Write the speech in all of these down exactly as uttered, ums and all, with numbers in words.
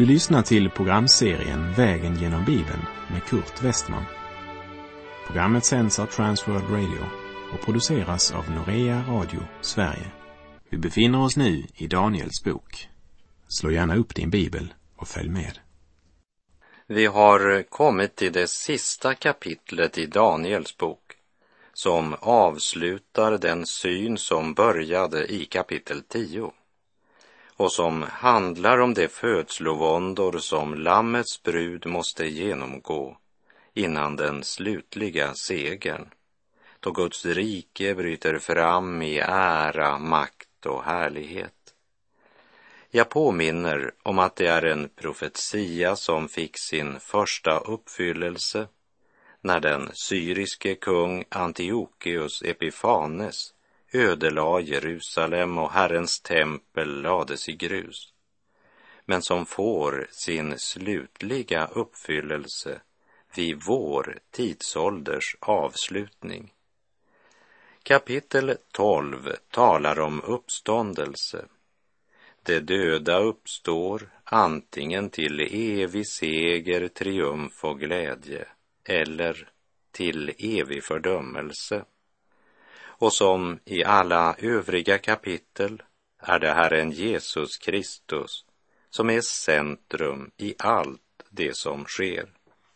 Du lyssnar till programserien Vägen genom Bibeln med Kurt Westman. Programmet sänds av Transworld Radio och produceras av Norea Radio Sverige. Vi befinner oss nu i Daniels bok. Slå gärna upp din bibel och följ med. Vi har kommit till det sista kapitlet i Daniels bok, som avslutar den syn som började i kapitel tio och som handlar om de födslovåndor som Lammets brud måste genomgå innan den slutliga segern, då Guds rike bryter fram i ära, makt och härlighet. Jag påminner om att det är en profetia som fick sin första uppfyllelse när den syriske kung Antiochus Epifanes ödelade Jerusalem och Herrens tempel lades i grus, men som får sin slutliga uppfyllelse vid vår tidsålders avslutning. Kapitel tolv talar om uppståndelse. De döda uppstår antingen till evig seger, triumf och glädje eller till evig fördömelse. Och som i alla övriga kapitel är det Herren Jesus Kristus som är centrum i allt det som sker.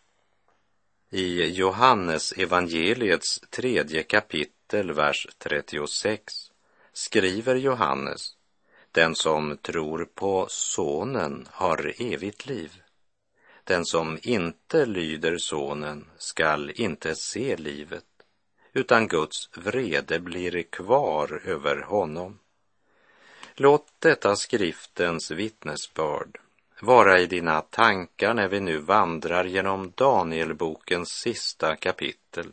I Johannes evangeliets tredje kapitel, vers trettiosex, skriver Johannes: den som tror på Sonen har evigt liv. Den som inte lyder Sonen skall inte se livet, utan Guds vrede blir kvar över honom. Låt detta skriftens vittnesbörd vara i dina tankar när vi nu vandrar genom Danielbokens sista kapitel.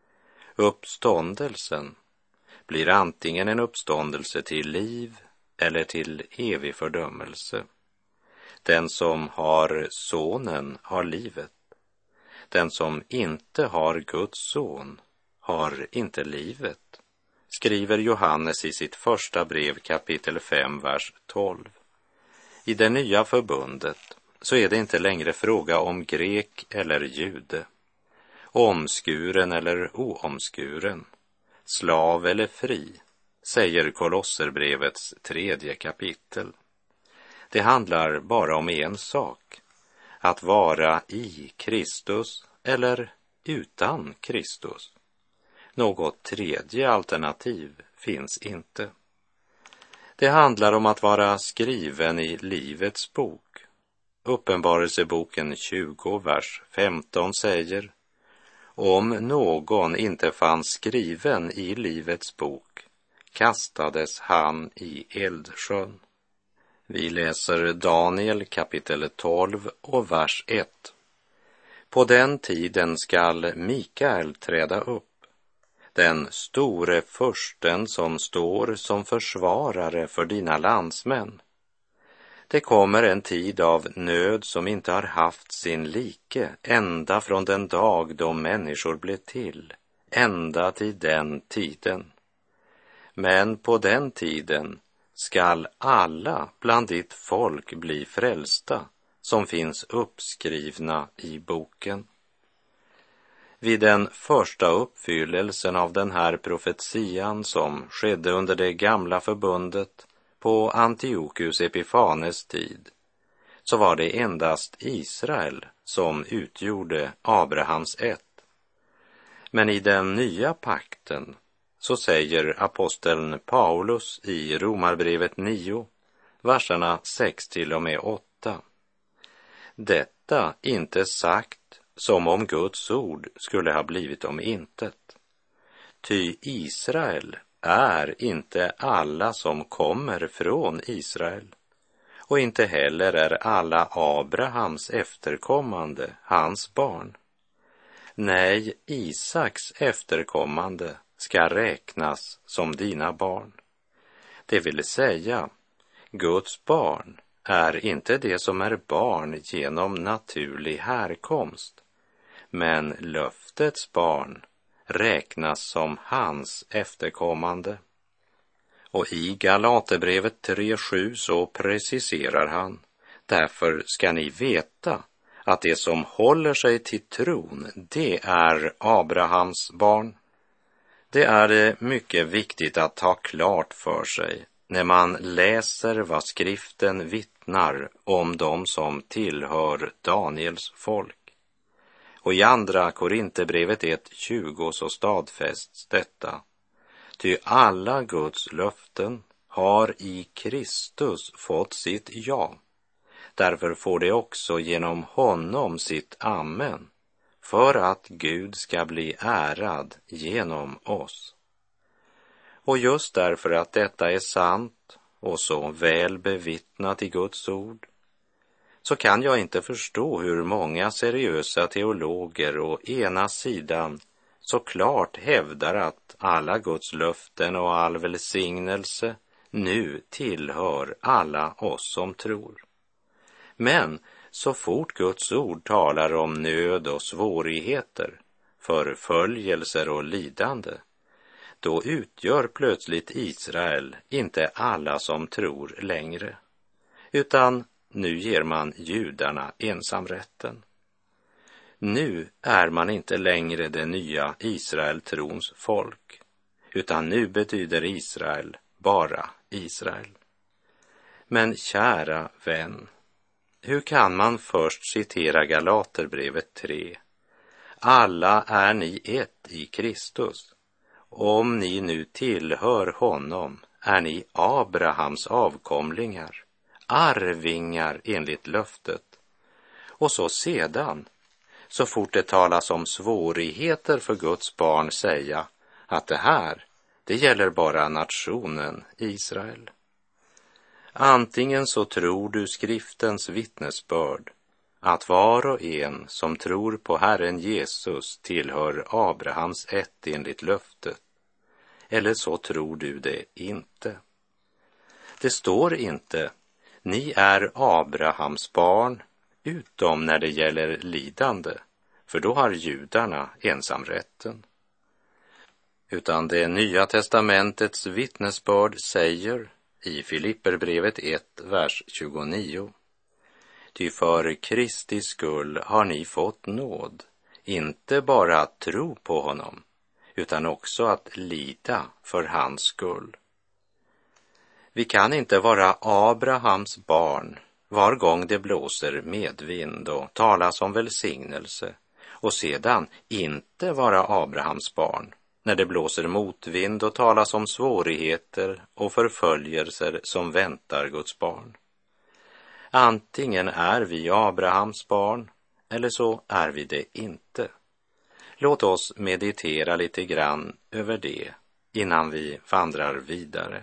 Uppståndelsen blir antingen en uppståndelse till liv eller till evig fördömelse. Den som har Sonen har livet. Den som inte har Guds son har inte livet, skriver Johannes i sitt första brev kapitel fem, vers tolv. I det nya förbundet så är det inte längre fråga om grek eller jude, omskuren eller oomskuren, slav eller fri, säger Kolosserbrevets tredje kapitel. Det handlar bara om en sak: att vara i Kristus eller utan Kristus. Något tredje alternativ finns inte. Det handlar om att vara skriven i livets bok. Uppenbarelseboken tjugo, vers femton säger: om någon inte fanns skriven i livets bok kastades han i eldsjön. Vi läser Daniel kapitel tolv och vers ett. På den tiden skall Mikael träda upp, den store fursten som står som försvarare för dina landsmän. Det kommer en tid av nöd som inte har haft sin like ända från den dag då människor blev till, ända till den tiden. Men på den tiden skall alla bland ditt folk bli frälsta som finns uppskrivna i boken. Vid den första uppfyllelsen av den här profetian som skedde under det gamla förbundet på Antiochus Epifanes tid, så var det endast Israel som utgjorde Abrahams ett. Men i den nya pakten så säger aposteln Paulus i Romarbrevet nio, verserna sex till och med åtta: detta inte sagt som om Guds ord skulle ha blivit om intet. Ty Israel är inte alla som kommer från Israel, och inte heller är alla Abrahams efterkommande hans barn. Nej, Isaks efterkommande ska räknas som dina barn. Det vill säga, Guds barn är inte det som är barn genom naturlig härkomst, men löftets barn räknas som hans efterkommande. Och i Galaterbrevet tre sju så preciserar han: Därför ska ni veta att det som håller sig till tron, det är Abrahams barn. Det är mycket viktigt att ha klart för sig när man läser vad skriften vittnar om dem som tillhör Daniels folk. Och i andra Korinthierbrevet ett tjugo så stadfästs detta. Ty alla Guds löften har i Kristus fått sitt ja. Därför får det också genom honom sitt amen, för att Gud ska bli ärad genom oss. Och just därför att detta är sant och så väl bevittnat i Guds ord, så kan jag inte förstå hur många seriösa teologer å ena sidan så klart hävdar att alla Guds löften och all välsignelse nu tillhör alla oss som tror. Men så fort Guds ord talar om nöd och svårigheter, förföljelser och lidande, då utgör plötsligt Israel inte alla som tror längre, utan nu ger man judarna ensamrätten. Nu är man inte längre det nya Israel-trons folk, utan nu betyder Israel bara Israel. Men kära vän, hur kan man först citera Galaterbrevet tre? Alla är ni ett i Kristus. Om ni nu tillhör honom är ni Abrahams avkomlingar, arvingar enligt löftet. Och så sedan, så fort det talas om svårigheter för Guds barn, säga att det här, det gäller bara nationen Israel. Antingen så tror du skriftens vittnesbörd att var och en som tror på Herren Jesus tillhör Abrahams ett enligt löftet, eller så tror du det inte. Det står inte, ni är Abrahams barn, utom när det gäller lidande, för då har judarna ensamrätten. Utan det Nya testamentets vittnesbörd säger i Filipperbrevet ett, vers tjugonio. Ty för Kristi skull har ni fått nåd, inte bara att tro på honom, utan också att lida för hans skull. Vi kan inte vara Abrahams barn var gång det blåser medvind och talas om välsignelse, och sedan inte vara Abrahams barn när det blåser motvind och talas om svårigheter och förföljelser som väntar Guds barn. Antingen är vi Abrahams barn, eller så är vi det inte. Låt oss meditera lite grann över det innan vi vandrar vidare.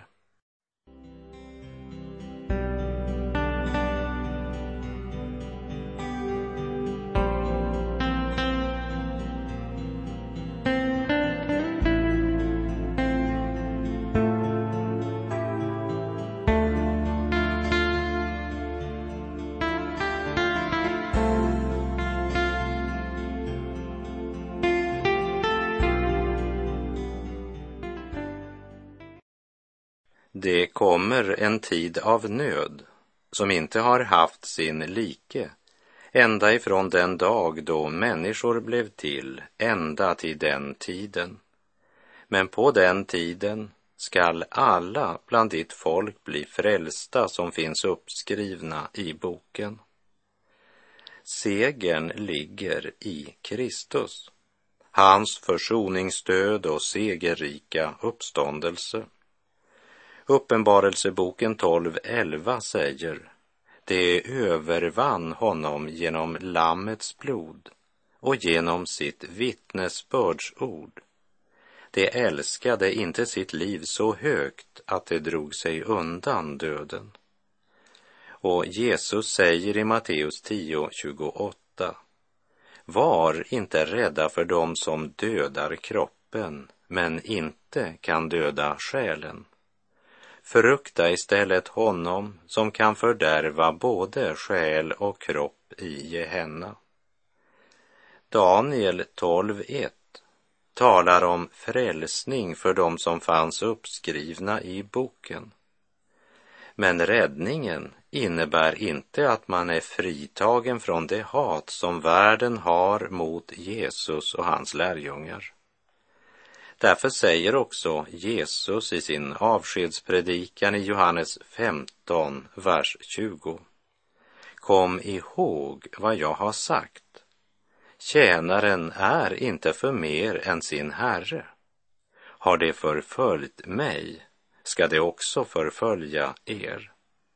Det kommer en tid av nöd som inte har haft sin like ända ifrån den dag då människor blev till, ända till den tiden. Men på den tiden skall alla bland ditt folk bli frälsta som finns uppskrivna i boken. Segern ligger i Kristus, hans försoningsdöd och segerrika uppståndelse. Uppenbarelseboken tolv elva säger: det övervann honom genom lammets blod och genom sitt vittnesbördsord. Det älskade inte sitt liv så högt att det drog sig undan döden. Och Jesus säger i Matteus tio tjugoåtta: var inte rädda för dem som dödar kroppen, men inte kan döda själen. Frukta istället honom som kan fördärva både själ och kropp i Gehenna. Daniel tolv ett talar om frälsning för dem som fanns uppskrivna i boken. Men räddningen innebär inte att man är fritagen från det hat som världen har mot Jesus och hans lärjungar. Därför säger också Jesus i sin avskedspredikan i Johannes femton, vers tjugo. Kom ihåg vad jag har sagt. Tjänaren är inte för mer än sin herre. Har det förföljt mig, ska det också förfölja er.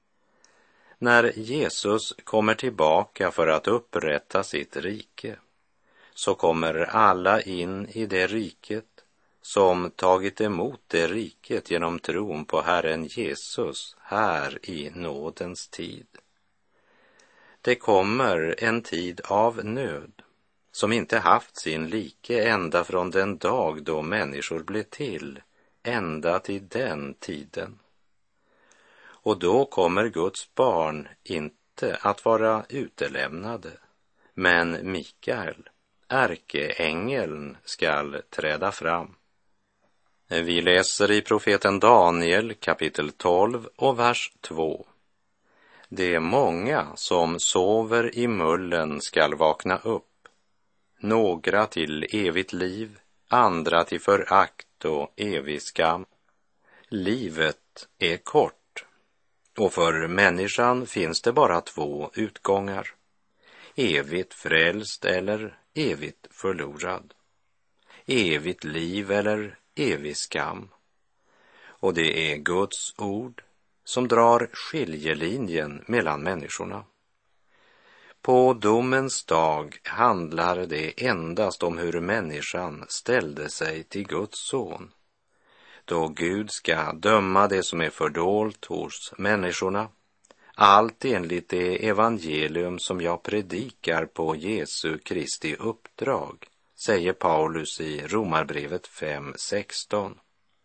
När Jesus kommer tillbaka för att upprätta sitt rike, så kommer alla in i det riket som tagit emot det riket genom tron på Herren Jesus här i nådens tid. Det kommer en tid av nöd som inte haft sin like ända från den dag då människor blev till, ända till den tiden. Och då kommer Guds barn inte att vara utelämnade, men Mikael, ärkeängeln, skall träda fram. Vi läser i profeten Daniel kapitel tolv och vers två. Det är många som sover i mullen skall vakna upp, några till evigt liv, andra till förakt och evig skam. Livet är kort, och för människan finns det bara två utgångar, evigt frälst eller evigt förlorad, evigt liv eller evig skam. Och det är Guds ord som drar skiljelinjen mellan människorna. På domens dag handlar det endast om hur människan ställde sig till Guds son, då Gud ska döma det som är fördolt hos människorna, allt enligt det evangelium som jag predikar på Jesu Kristi uppdrag, säger Paulus i Romarbrevet fem sexton.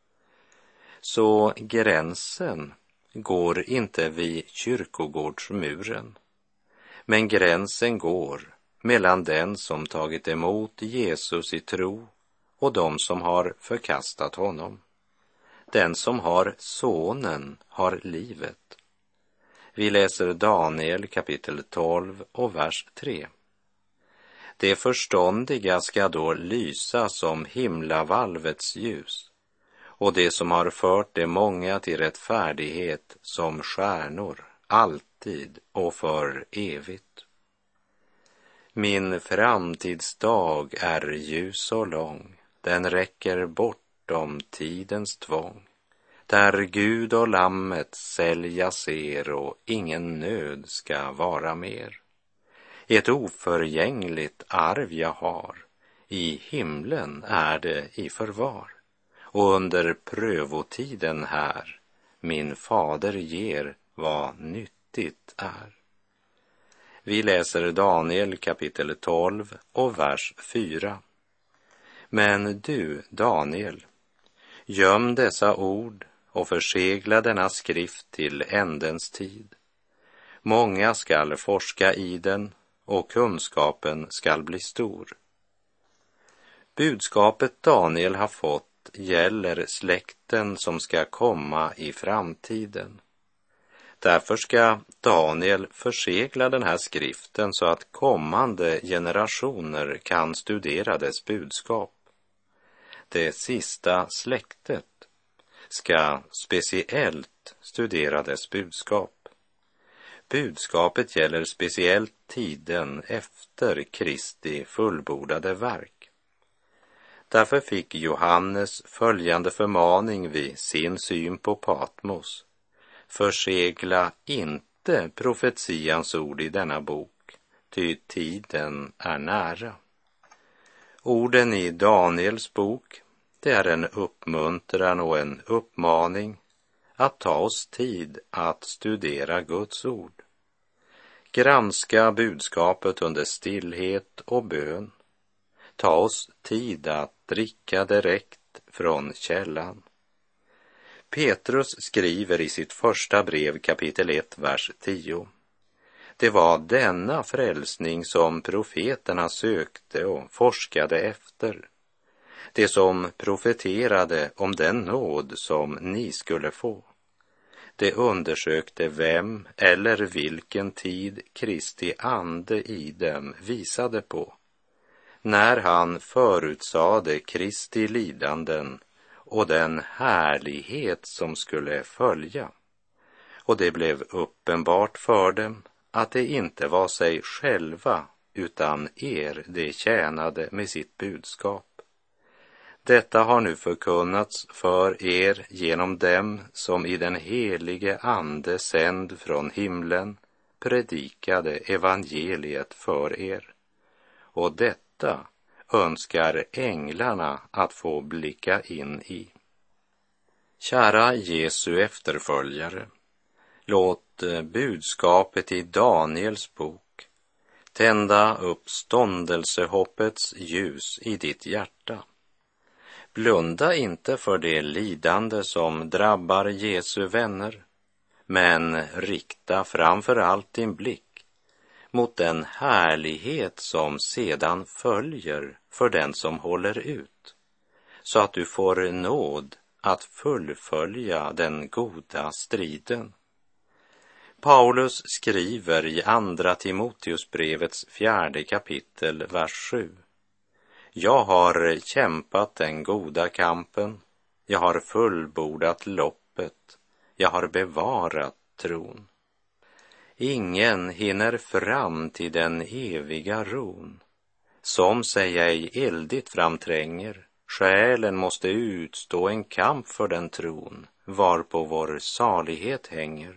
Så gränsen går inte vid kyrkogårdsmuren, men gränsen går mellan den som tagit emot Jesus i tro och de som har förkastat honom. Den som har sonen har livet. Vi läser Daniel kapitel tolv och vers tre. Det förståndiga ska då lysa som himlavalvets ljus, och det som har fört de många till rättfärdighet som stjärnor, alltid och för evigt. Min framtidsdag är ljus och lång, den räcker bortom tidens tvång, där Gud och lammet sälja ser och ingen nöd ska vara mer. Ett oförgängligt arv jag har, i himlen är det i förvar, och under prövotiden här min fader ger vad nyttigt är. Vi läser Daniel kapitel tolv och vers fyra. Men du, Daniel, göm dessa ord och försegla denna skrift till ändens tid. Många skall forska i den, och kunskapen skall bli stor. Budskapet Daniel har fått gäller släkten som ska komma i framtiden. Därför ska Daniel försegla den här skriften så att kommande generationer kan studera dess budskap. Det sista släktet ska speciellt studera dess budskap. Budskapet gäller speciellt tiden efter Kristi fullbordade verk. Därför fick Johannes följande förmaning vid sin syn på Patmos: försegla inte profetians ord i denna bok, ty tiden är nära. Orden i Daniels bok, det är en uppmuntran och en uppmaning att ta oss tid att studera Guds ord. Granska budskapet under stillhet och bön. Ta oss tid att dricka direkt från källan. Petrus skriver i sitt första brev kapitel ett, vers tio. Det var denna frälsning som profeterna sökte och forskade efter. Det som profeterade om den nåd som ni skulle få. De undersökte vem eller vilken tid Kristi ande i dem visade på, när han förutsade Kristi lidanden och den härlighet som skulle följa. Och det blev uppenbart för dem att det inte var sig själva utan er de tjänade med sitt budskap. Detta har nu förkunnats för er genom dem som i den helige ande sänd från himlen predikade evangeliet för er. Och detta önskar änglarna att få blicka in i. Kära Jesu efterföljare, låt budskapet i Daniels bok tända upp ståndelsehoppets ljus i ditt hjärta. Blunda inte för det lidande som drabbar Jesu vänner, men rikta framför allt din blick mot den härlighet som sedan följer för den som håller ut, så att du får nåd att fullfölja den goda striden. Paulus skriver i andra Timoteusbrevets fjärde kapitel, vers sju. Jag har kämpat den goda kampen, jag har fullbordat loppet, jag har bevarat tron. Ingen hinner fram till den eviga ron, som sig ej eldigt framtränger. Själen måste utstå en kamp för den tron, varpå vår salighet hänger.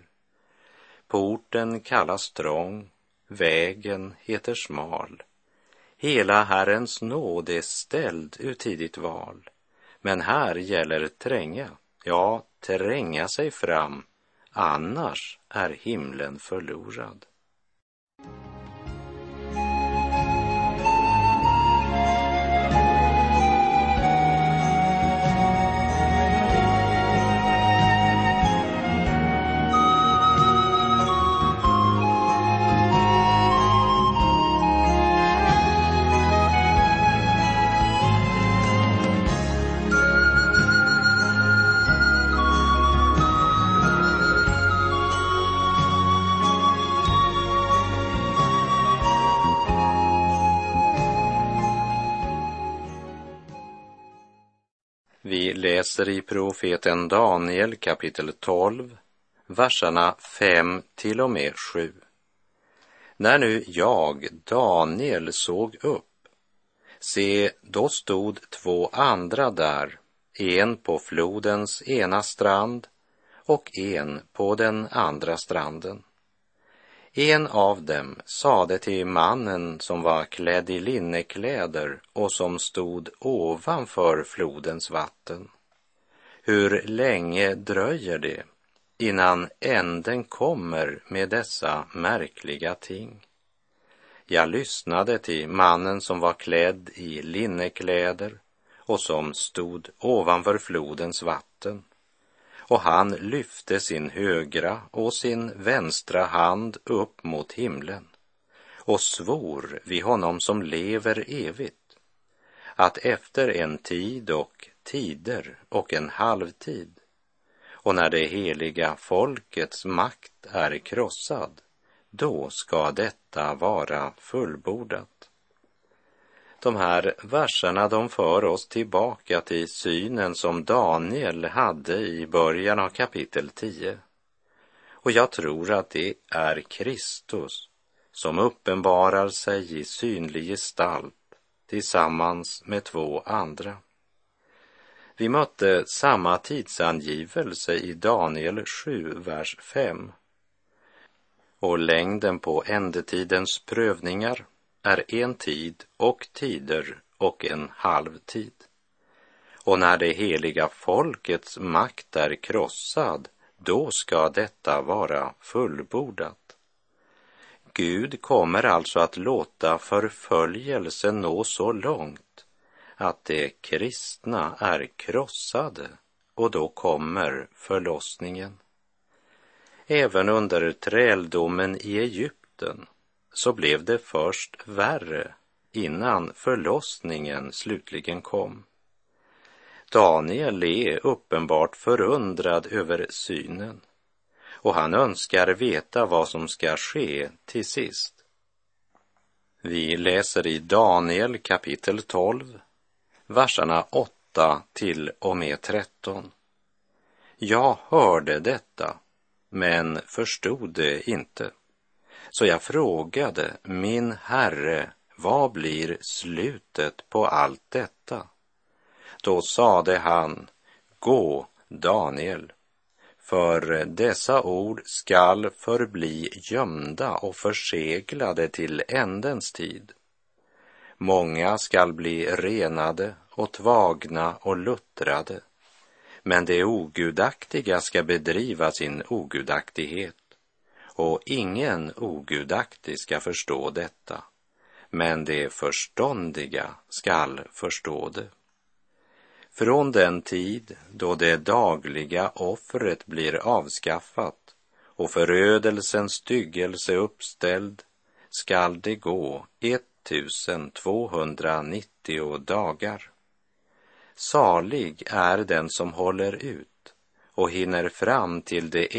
Porten kallas trång, vägen heter smal. Hela Herrens nåd är ställd ut i ditt val. Men här gäller tränga, ja, tränga sig fram, annars är himlen förlorad. Vi läser i profeten Daniel kapitel tolv, verserna fem till och med sju. När nu jag, Daniel, såg upp, se, då stod två andra där, en på flodens ena strand och en på den andra stranden. En av dem sade till mannen som var klädd i linnekläder och som stod ovanför flodens vatten: hur länge dröjer det innan änden kommer med dessa märkliga ting? Jag lyssnade till mannen som var klädd i linnekläder och som stod ovanför flodens vatten. Och han lyfte sin högra och sin vänstra hand upp mot himlen och svor vid honom som lever evigt, att efter en tid och tider och en halvtid, och när det heliga folkets makt är krossad, då ska detta vara fullbordat. De här verserna, de för oss tillbaka till synen som Daniel hade i början av kapitel tio. Och jag tror att det är Kristus som uppenbarar sig i synlig gestalt tillsammans med två andra. Vi mötte samma tidsangivelse i Daniel sju, vers fem. Och längden på ändetidens prövningar är en tid och tider och en halv tid. Och när det heliga folkets makt är krossad, då ska detta vara fullbordat. Gud kommer alltså att låta förföljelsen nå så långt att de kristna är krossade, och då kommer förlossningen. Även under träldomen i Egypten så blev det först värre innan förlossningen slutligen kom. Daniel är uppenbart förundrad över synen, och han önskar veta vad som ska ske till sist. Vi läser i Daniel kapitel tolv, verserna åtta till och med tretton. Jag hörde detta, men förstod det inte. Så jag frågade min herre, vad blir slutet på allt detta? Då sade han, gå, Daniel, för dessa ord skall förbli gömda och förseglade till ändens tid. Många skall bli renade och tvagna och luttrade, men det ogudaktiga ska bedriva sin ogudaktighet, och ingen ogudaktig ska förstå detta, men det förståndiga skall förstå det. Från den tid då det dagliga offret blir avskaffat och förödelsens styggelse uppställd skall det gå ettusentvåhundranittio dagar. Salig är den som håller ut och hinner fram till de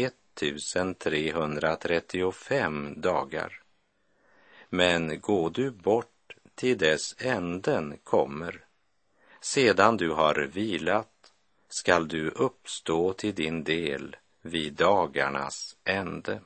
ettusentrehundratrettiofem dagar. Men gå du bort till dess änden kommer. Sedan du har vilat skall du uppstå till din del vid dagarnas ände.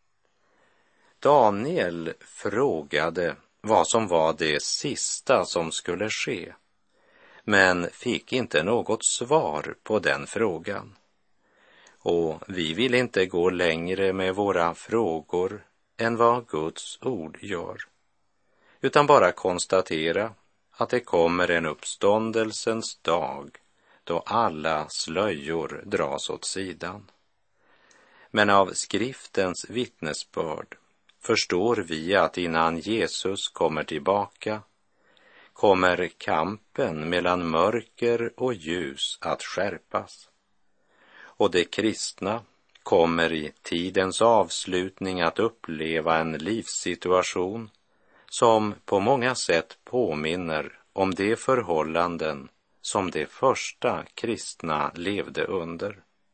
Daniel frågade vad som var det sista som skulle ske, men fick inte något svar på den frågan. Och vi vill inte gå längre med våra frågor än vad Guds ord gör, utan bara konstatera att det kommer en uppståndelsens dag då alla slöjor dras åt sidan. Men av skriftens vittnesbörd förstår vi att innan Jesus kommer tillbaka kommer kampen mellan mörker och ljus att skärpas. Och de kristna kommer i tidens avslutning att uppleva en livssituation som på många sätt påminner om de förhållanden som de första kristna levde under.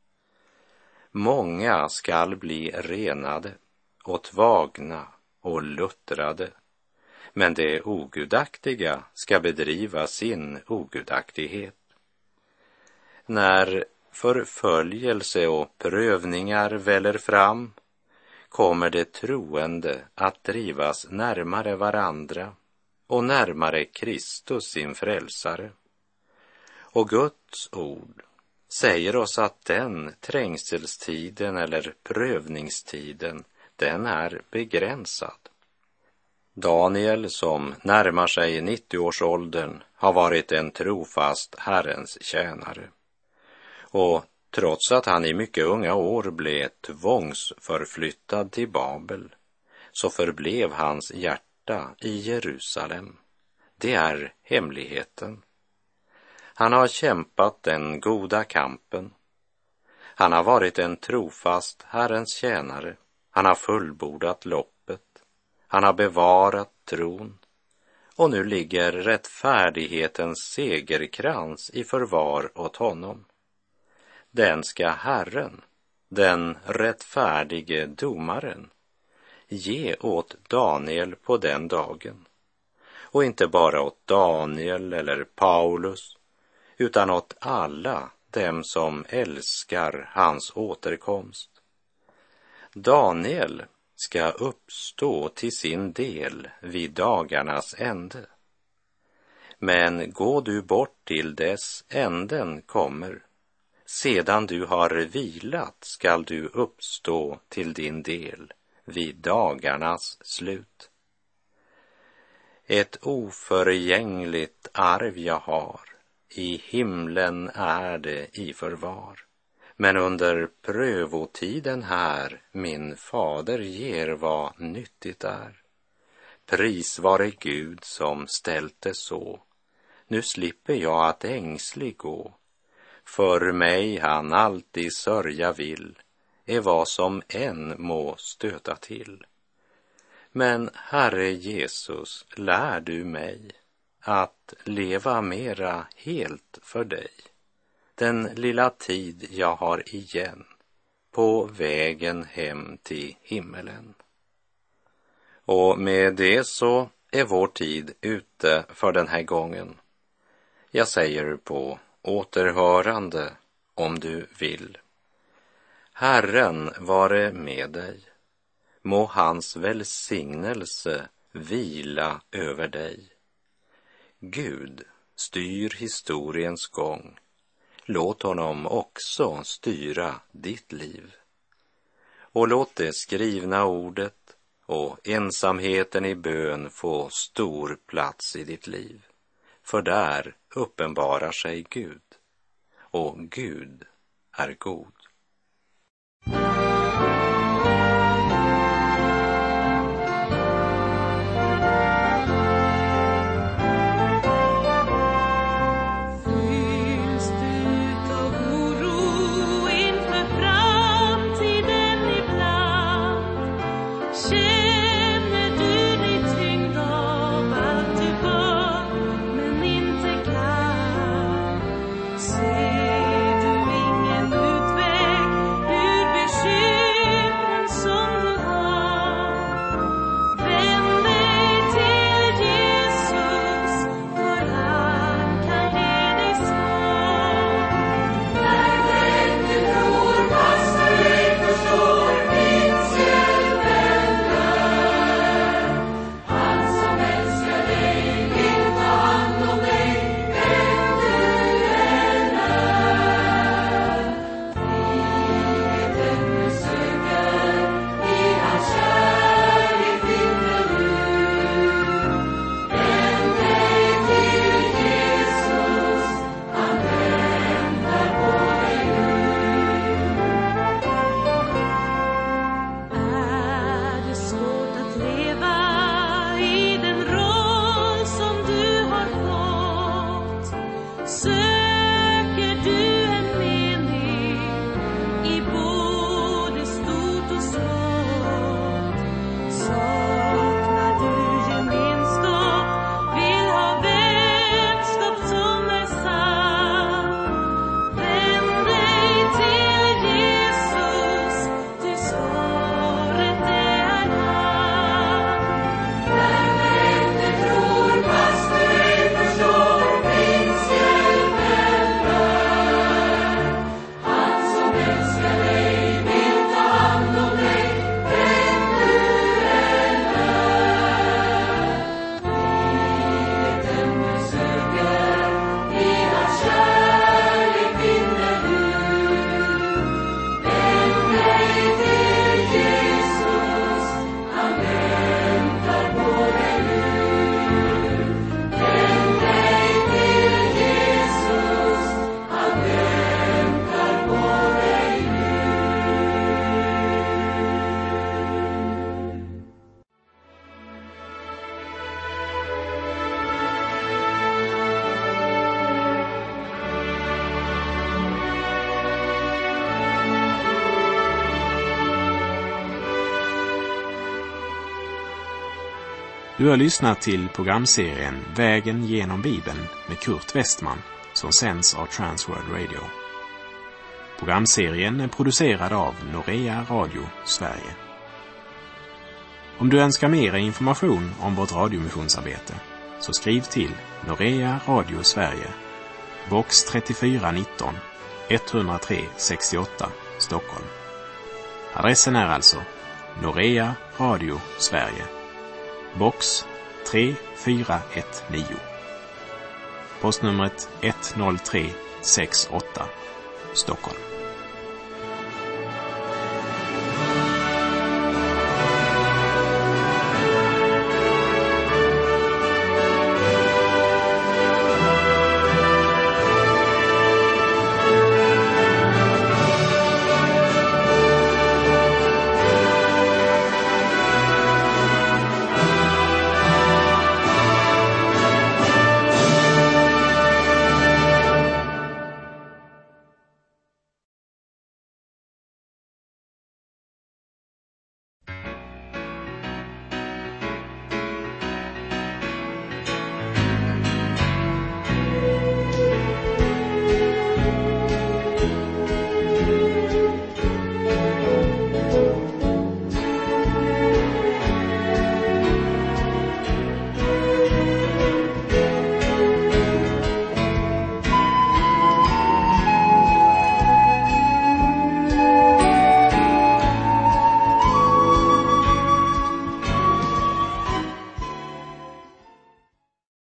Många skall bli renade och tvagna och luttrade, men det ogudaktiga ska bedriva sin ogudaktighet. När förföljelse och prövningar väller fram kommer det troende att drivas närmare varandra och närmare Kristus sin frälsare. Och Guds ord säger oss att den trängselstiden eller prövningstiden, den är begränsad. Daniel, som närmar sig nittio-årsåldern, har varit en trofast Herrens tjänare. Och trots att han i mycket unga år blev tvångsförflyttad till Babel, så förblev hans hjärta i Jerusalem. Det är hemligheten. Han har kämpat den goda kampen. Han har varit en trofast Herrens tjänare. Han har fullbordat loppet. Han har bevarat tron. Och nu ligger rättfärdighetens segerkrans i förvar åt honom. Den ska Herren, den rättfärdige domaren, ge åt Daniel på den dagen. Och inte bara åt Daniel eller Paulus, utan åt alla dem som älskar hans återkomst. Daniel ska uppstå till sin del vid dagarnas ände. Men gå du bort till dess änden kommer. Sedan du har vilat skall du uppstå till din del vid dagarnas slut. Ett oförgängligt arv jag har, i himlen är det i förvar. Men under prövotiden här min fader ger vad nyttigt är. Pris vare Gud som ställt det så. Nu slipper jag att ängslig gå. För mig han alltid sörja vill, är vad som än må stöta till. Men Herre Jesus, lär du mig att leva mera helt för dig. Den lilla tid jag har igen på vägen hem till himmelen. Och med det så är vår tid ute för den här gången. Jag säger på återhörande om du vill. Herren vare med dig. Må hans välsignelse vila över dig. Gud styr historiens gång. Låt honom också styra ditt liv. Och låt det skrivna ordet och ensamheten i bön få stor plats i ditt liv. För där uppenbarar sig Gud. Och Gud är god. Du har lyssnat till programserien Vägen genom Bibeln med Kurt Westman som sänds av Transworld Radio. Programserien är producerad av Norea Radio Sverige. Om du önskar mer information om vårt radiomissionsarbete så skriv till Norea Radio Sverige, box trettiofyra nitton, etthundratre sextioåtta, Stockholm. Adressen är alltså Norea Radio Sverige, box tre fyra ett nio. Postnumret ett noll tre sex åtta, Stockholm.